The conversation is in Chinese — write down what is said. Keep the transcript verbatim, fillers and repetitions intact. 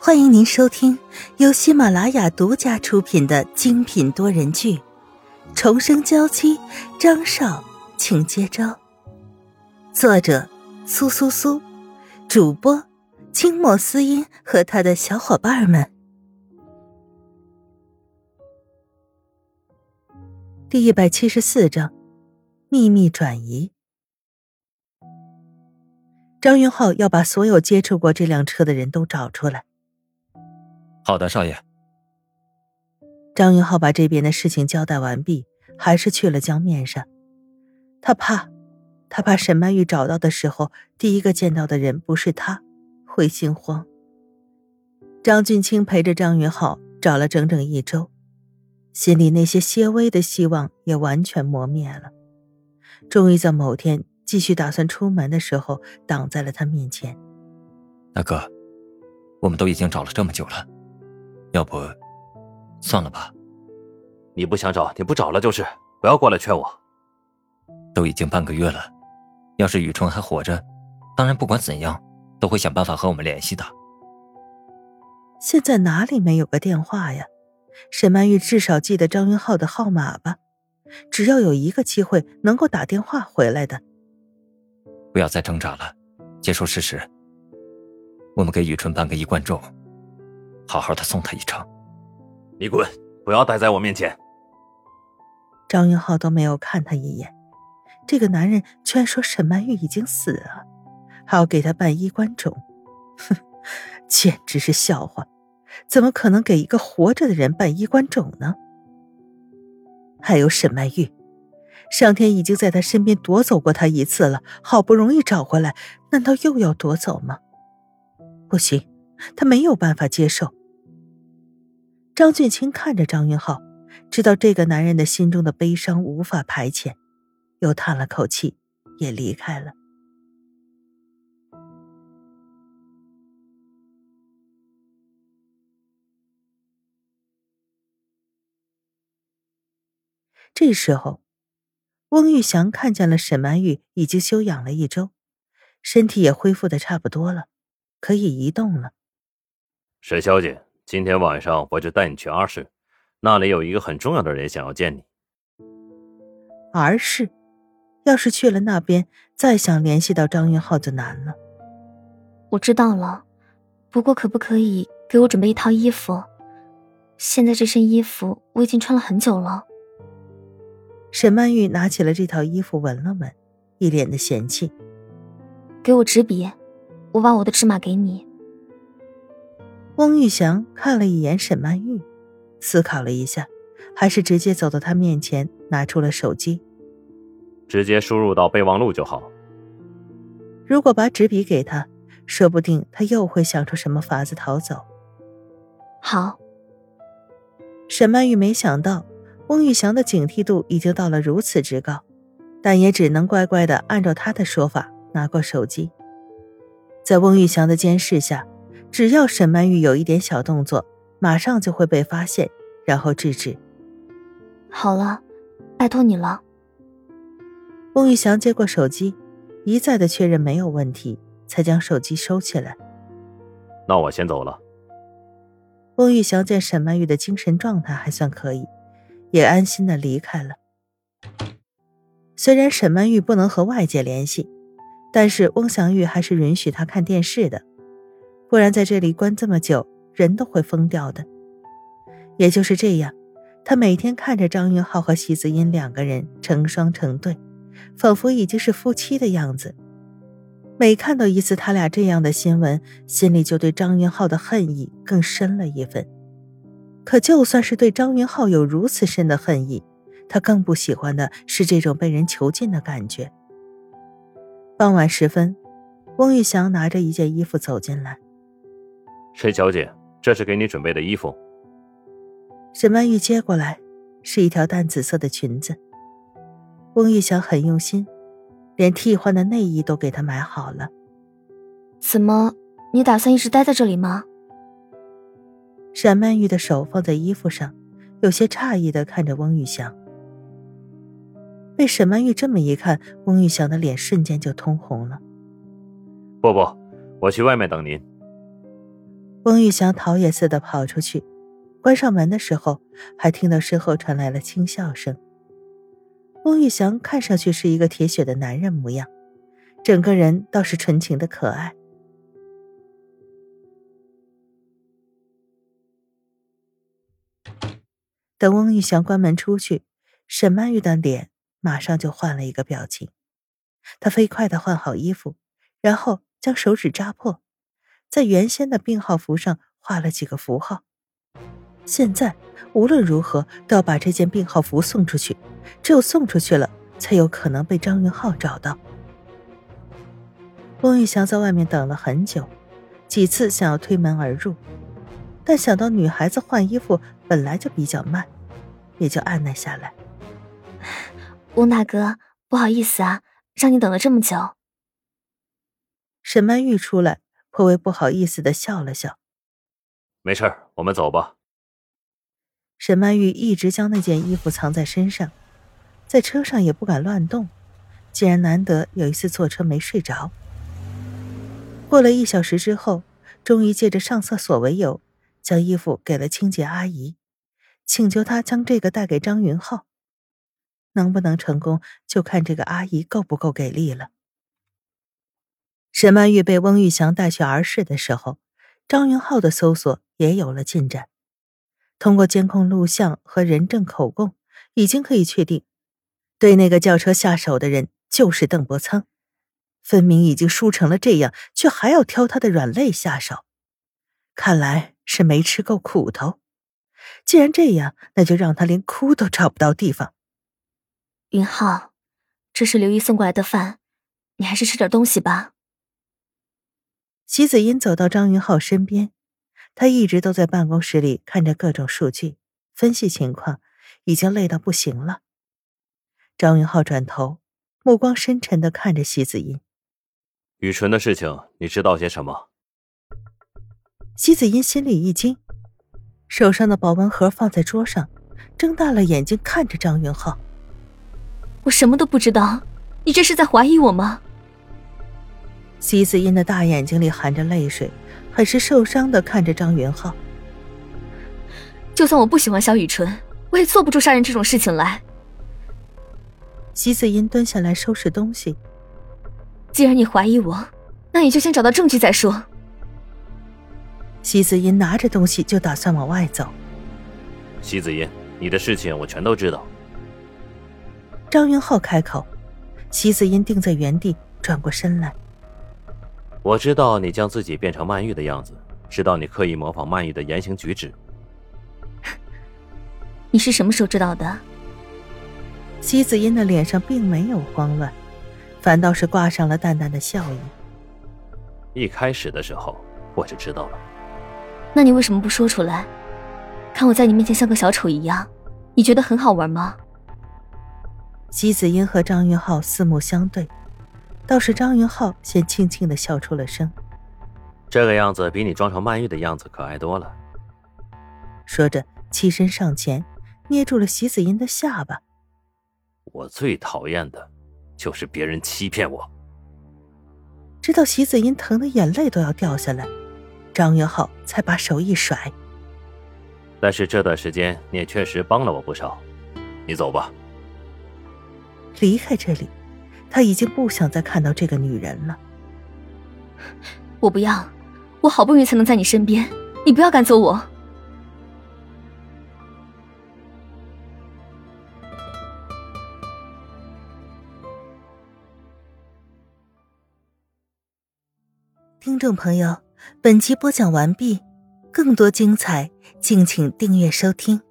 欢迎您收听由喜马拉雅独家出品的精品多人剧《重生娇妻》，张少，请接招。作者苏苏苏，主播清末思音和他的小伙伴们。第一百七十四章，秘密转移。张云浩要把所有接触过这辆车的人都找出来。 好的，少爷。 张云浩把这边的事情交代完毕，还是去了江面上。他怕，他怕沈曼玉找到的时候，第一个见到的人不是他，会心慌。张俊清陪着张云浩找了整整一周，心里那些些微的希望也完全磨灭了。终于在某天继续打算出门的时候，挡在了他面前。 大哥，我们都已经找了这么久了，要不算了吧。 你不想找你不找了就是，不要过来劝我。 都已经半个月了，要是雨春还活着，当然不管怎样都会想办法和我们联系的。 现在哪里没有个电话呀？沈曼玉至少记得张云浩的号码吧，只要有一个机会能够打电话回来的。 不要再挣扎了，接受事实。我们给雨春办个一贯咒，好好的送他一程。 你滚，不要待在我面前。 张云浩都没有看他一眼，这个男人居然说沈曼玉已经死了，还要给他办衣冠冢，哼，简直是笑话。怎么可能给一个活着的人办衣冠冢呢？还有沈曼玉，上天已经在他身边夺走过他一次了，好不容易找回来，难道又要夺走吗？不行，他没有办法接受。张俊清看着张云浩，知道这个男人的心中的悲伤无法排遣，又叹了口气，也离开了。这时候，翁玉祥看见了沈曼玉已经休养了一周，身体也恢复得差不多了，可以移动了。 沈小姐，今天晚上我就带你去儿市，那里有一个很重要的人想要见你。 儿市，要是去了那边，再想联系到张云浩就难了。 我知道了，不过可不可以给我准备一套衣服？现在这身衣服我已经穿了很久了。 沈曼玉拿起了这套衣服闻了闻，一脸的嫌弃。 给我纸笔，我把我的尺码给你。 翁玉祥看了一眼沈曼玉，思考了一下，还是直接走到她面前，拿出了手机。 直接输入到备忘录就好。 如果把纸笔给他，说不定他又会想出什么法子逃走。 好。 沈曼玉没想到翁玉祥的警惕度已经到了如此之高，但也只能乖乖地按照他的说法拿过手机。在翁玉祥的监视下，只要沈曼玉有一点小动作，马上就会被发现，然后制止。 好了，拜托你了。 翁玉祥接过手机，一再的确认没有问题，才将手机收起来。 那我先走了。 翁玉祥见沈曼玉的精神状态还算可以，也安心的离开了。虽然沈曼玉不能和外界联系，但是翁祥玉还是允许她看电视的，不然在这里关这么久，人都会疯掉的。也就是这样，他每天看着张云浩和席子音两个人成双成对，仿佛已经是夫妻的样子。每看到一次他俩这样的新闻，心里就对张云浩的恨意更深了一分。可就算是对张云浩有如此深的恨意，他更不喜欢的是这种被人囚禁的感觉。傍晚时分，翁玉祥拿着一件衣服走进来。 沈小姐，这是给你准备的衣服。 沈曼玉接过来，是一条淡紫色的裙子。翁玉祥很用心，连替换的内衣都给她买好了。 怎么，你打算一直待在这里吗？ 沈曼玉的手放在衣服上，有些诧异地看着翁玉祥。被沈曼玉这么一看，翁玉祥的脸瞬间就通红了。 不不，我去外面等您。 翁玉祥逃也似的跑出去，关上门的时候，还听到身后传来了轻笑声。翁玉祥看上去是一个铁血的男人模样，整个人倒是纯情的可爱。等翁玉祥关门出去，沈曼玉的脸马上就换了一个表情。她飞快地换好衣服，然后将手指扎破，在原先的病号服上画了几个符号。现在无论如何都要把这件病号服送出去，只有送出去了，才有可能被张云浩找到。翁玉祥在外面等了很久，几次想要推门而入，但想到女孩子换衣服本来就比较慢，也就按耐下来。 翁大哥，不好意思啊，让你等了这么久。 沈曼玉出来，颇为不好意思地笑了笑。 没事儿，我们走吧。 沈曼玉一直将那件衣服藏在身上，在车上也不敢乱动，既然难得有一次坐车没睡着。过了一小时之后，终于借着上厕所为由，将衣服给了清洁阿姨，请求她将这个带给张云浩。能不能成功，就看这个阿姨够不够给力了。沈曼玉被翁玉祥带去儿室的时候，张云浩的搜索也有了进展。通过监控录像和人证口供，已经可以确定，对那个轿车下手的人就是邓伯苍。分明已经输成了这样，却还要挑他的软肋下手，看来是没吃够苦头。既然这样，那就让他连哭都找不到地方。 云浩，这是刘姨送过来的饭，你还是吃点东西吧。 席子英走到张云浩身边，他一直都在办公室里看着各种数据，分析情况，已经累到不行了。张云浩转头，目光深沉地看着席子英。 雨纯的事情你知道些什么？ 席子英心里一惊，手上的保温盒放在桌上，睁大了眼睛看着张云浩。 我什么都不知道，你这是在怀疑我吗？ 席子英的大眼睛里含着泪水，很是受伤地看着张云浩。 就算我不喜欢萧雨纯，我也做不出杀人这种事情来。 席子英蹲下来收拾东西。 既然你怀疑我，那你就先找到证据再说。 席子英拿着东西就打算往外走。 席子英，你的事情我全都知道。 张云浩开口，席子英定在原地，转过身来。 我知道你将自己变成曼玉的样子，知道你刻意模仿曼玉的言行举止。 你是什么时候知道的？ 席子英的脸上并没有慌乱，反倒是挂上了淡淡的笑意。 一开始的时候我就知道了。 那你为什么不说出来？看我在你面前像个小丑一样，你觉得很好玩吗？ 席子英和张云浩四目相对，倒是张云浩先轻轻地笑出了声。 这个样子比你装成曼玉的样子可爱多了。 说着起身上前，捏住了席子英的下巴。 我最讨厌的就是别人欺骗我。 直到席子英疼得眼泪都要掉下来，张云浩才把手一甩。 但是这段时间你也确实帮了我不少，你走吧。 离开这里，他已经不想再看到这个女人了。 我不要，我好不容易才能在你身边，你不要赶走我。 听众朋友，本集播讲完毕，更多精彩，敬请订阅收听。